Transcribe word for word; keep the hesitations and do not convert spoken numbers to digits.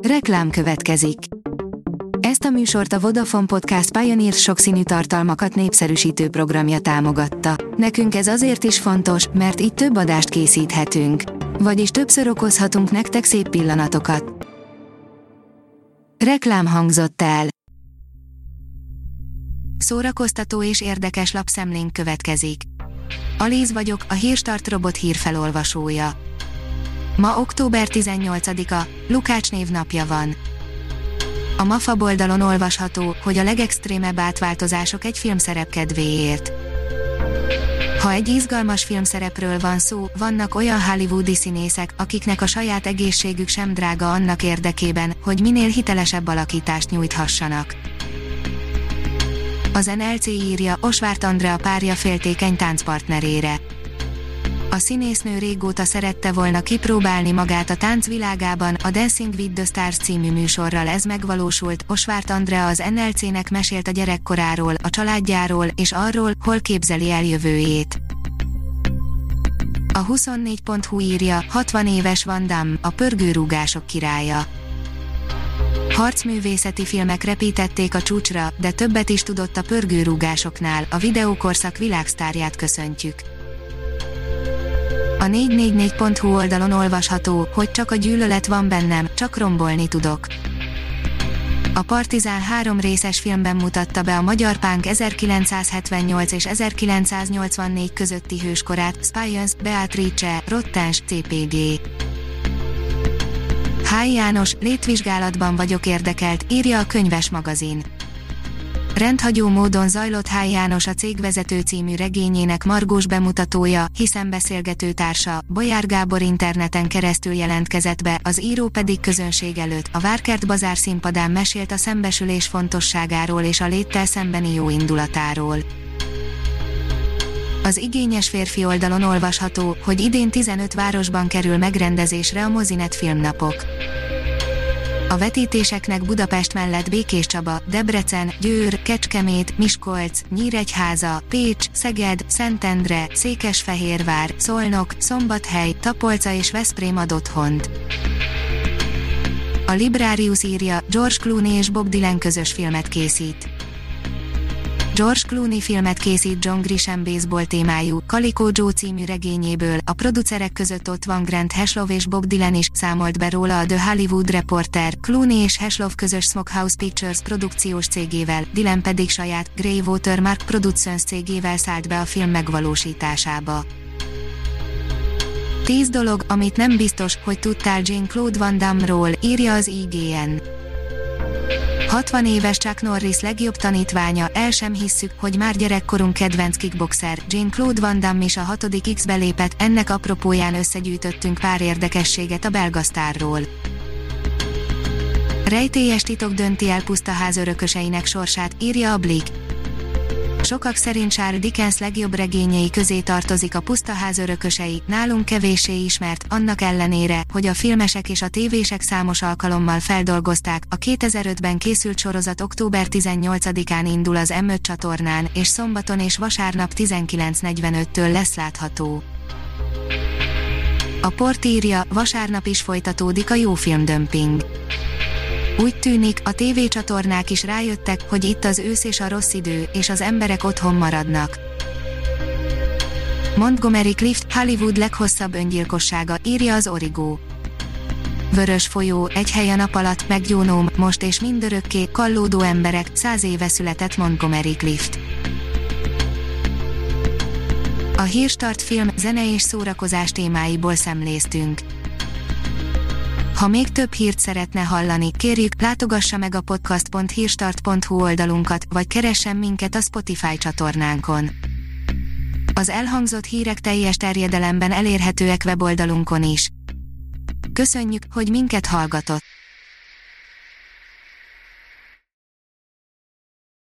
Reklám következik. Ezt a műsort a Vodafone Podcast Pioneer sokszínű tartalmakat népszerűsítő programja támogatta. Nekünk ez azért is fontos, mert így több adást készíthetünk. Vagyis többször okozhatunk nektek szép pillanatokat. Reklám hangzott el. Szórakoztató és érdekes lapszemlénk következik. Alíz vagyok, a Hírstart robot hírfelolvasója. Ma október tizennyolcadika, Lukács névnapja van. A MAFA oldalon olvasható, hogy a legextrémebb átváltozások egy filmszerep kedvéért. Ha egy izgalmas filmszerepről van szó, vannak olyan hollywoodi színészek, akiknek a saját egészségük sem drága annak érdekében, hogy minél hitelesebb alakítást nyújthassanak. Az en el cé írja, Osvárt Andrea párja féltékeny táncpartnerére. A színésznő régóta szerette volna kipróbálni magát a tánc világában, a Dancing with the Stars című műsorral ez megvalósult. Osvárt Andrea az en el cének mesélt a gyerekkoráról, a családjáról és arról, hol képzeli el jövőjét. A huszonnégy pont hu írja, hatvan éves Van Damme, a pörgőrúgások királya. Harcművészeti filmek repítették a csúcsra, de többet is tudott a pörgőrúgásoknál, a videókorszak világsztárját köszöntjük. A négy négy négy pont hu oldalon olvasható, hogy csak a gyűlölet van bennem, csak rombolni tudok. A Partizán három részes filmben mutatta be a magyar pánk ezerkilencszázhetvennyolc és ezerkilencszáznyolcvannégy közötti hőskorát, Spyens, Beatrice, Rottens, cé pé gé. Háj János, létvizsgálatban vagyok érdekelt, írja a Könyves magazin. Rendhagyó módon zajlott Háj János a Cégvezető című regényének margós bemutatója, hiszen beszélgetőtársa, Bolyár Gábor interneten keresztül jelentkezett be, az író pedig közönség előtt, a Várkert bazár színpadán mesélt a szembesülés fontosságáról és a léttel szembeni jó indulatáról. Az Igényes férfi oldalon olvasható, hogy idén tizenöt városban kerül megrendezésre a Mozinet filmnapok. A vetítéseknek Budapest mellett Békéscsaba, Debrecen, Győr, Kecskemét, Miskolc, Nyíregyháza, Pécs, Szeged, Szentendre, Székesfehérvár, Szolnok, Szombathely, Tapolca és Veszprém ad otthont. A Librarius írja, George Clooney és Bob Dylan közös filmet készít. George Clooney filmet készít John Grisham baseball témájú, Calico Joe című regényéből, a producerek között ott van Grant Heslov és Bob Dylan is, számolt be róla a The Hollywood Reporter. Clooney és Heslov közös Smokehouse Pictures produkciós cégével, Dylan pedig saját, Grey Watermark Productions cégével szállt be a film megvalósításába. tíz dolog, amit nem biztos, hogy tudtál Jean-Claude Van Damme-ról, írja az i gé en. hatvan éves Chuck Norris legjobb tanítványa, el sem hisszük, hogy már gyerekkorunk kedvenc kickboxer, Jean-Claude Van Damme is a hatodik X-be lépett, ennek apropóján összegyűjtöttünk pár érdekességet a belga sztárról. Rejtélyes titok dönti el Pusztaház örököseinek sorsát, írja a Blick. Sokak szerint Charles Dickens legjobb regényei közé tartozik a Pusztaház örökösei, nálunk kevéssé ismert, annak ellenére, hogy a filmesek és a tévések számos alkalommal feldolgozták. A kétezer-ötben készült sorozat október tizennyolcadikán indul az em öt csatornán, és szombaton és vasárnap tizenkilenc negyvenöttől lesz látható. A Port írja, vasárnap is folytatódik a jó filmdömping. Úgy tűnik, a tévécsatornák is rájöttek, hogy itt az ősz és a rossz idő, és az emberek otthon maradnak. Montgomery Clift, Hollywood leghosszabb öngyilkossága, írja az Origo. Vörös folyó, egy hely a nap alatt, meggyónóm, most és mindörökké, kallódó emberek, száz éve született Montgomery Clift. A Hírstart film, zene és szórakozás témáiból szemléztünk. Ha még több hírt szeretne hallani, kérjük, látogassa meg a podcast pont hírstart pont hu oldalunkat, vagy keressen minket a Spotify csatornánkon. Az elhangzott hírek teljes terjedelemben elérhetőek weboldalunkon is. Köszönjük, hogy minket hallgatott!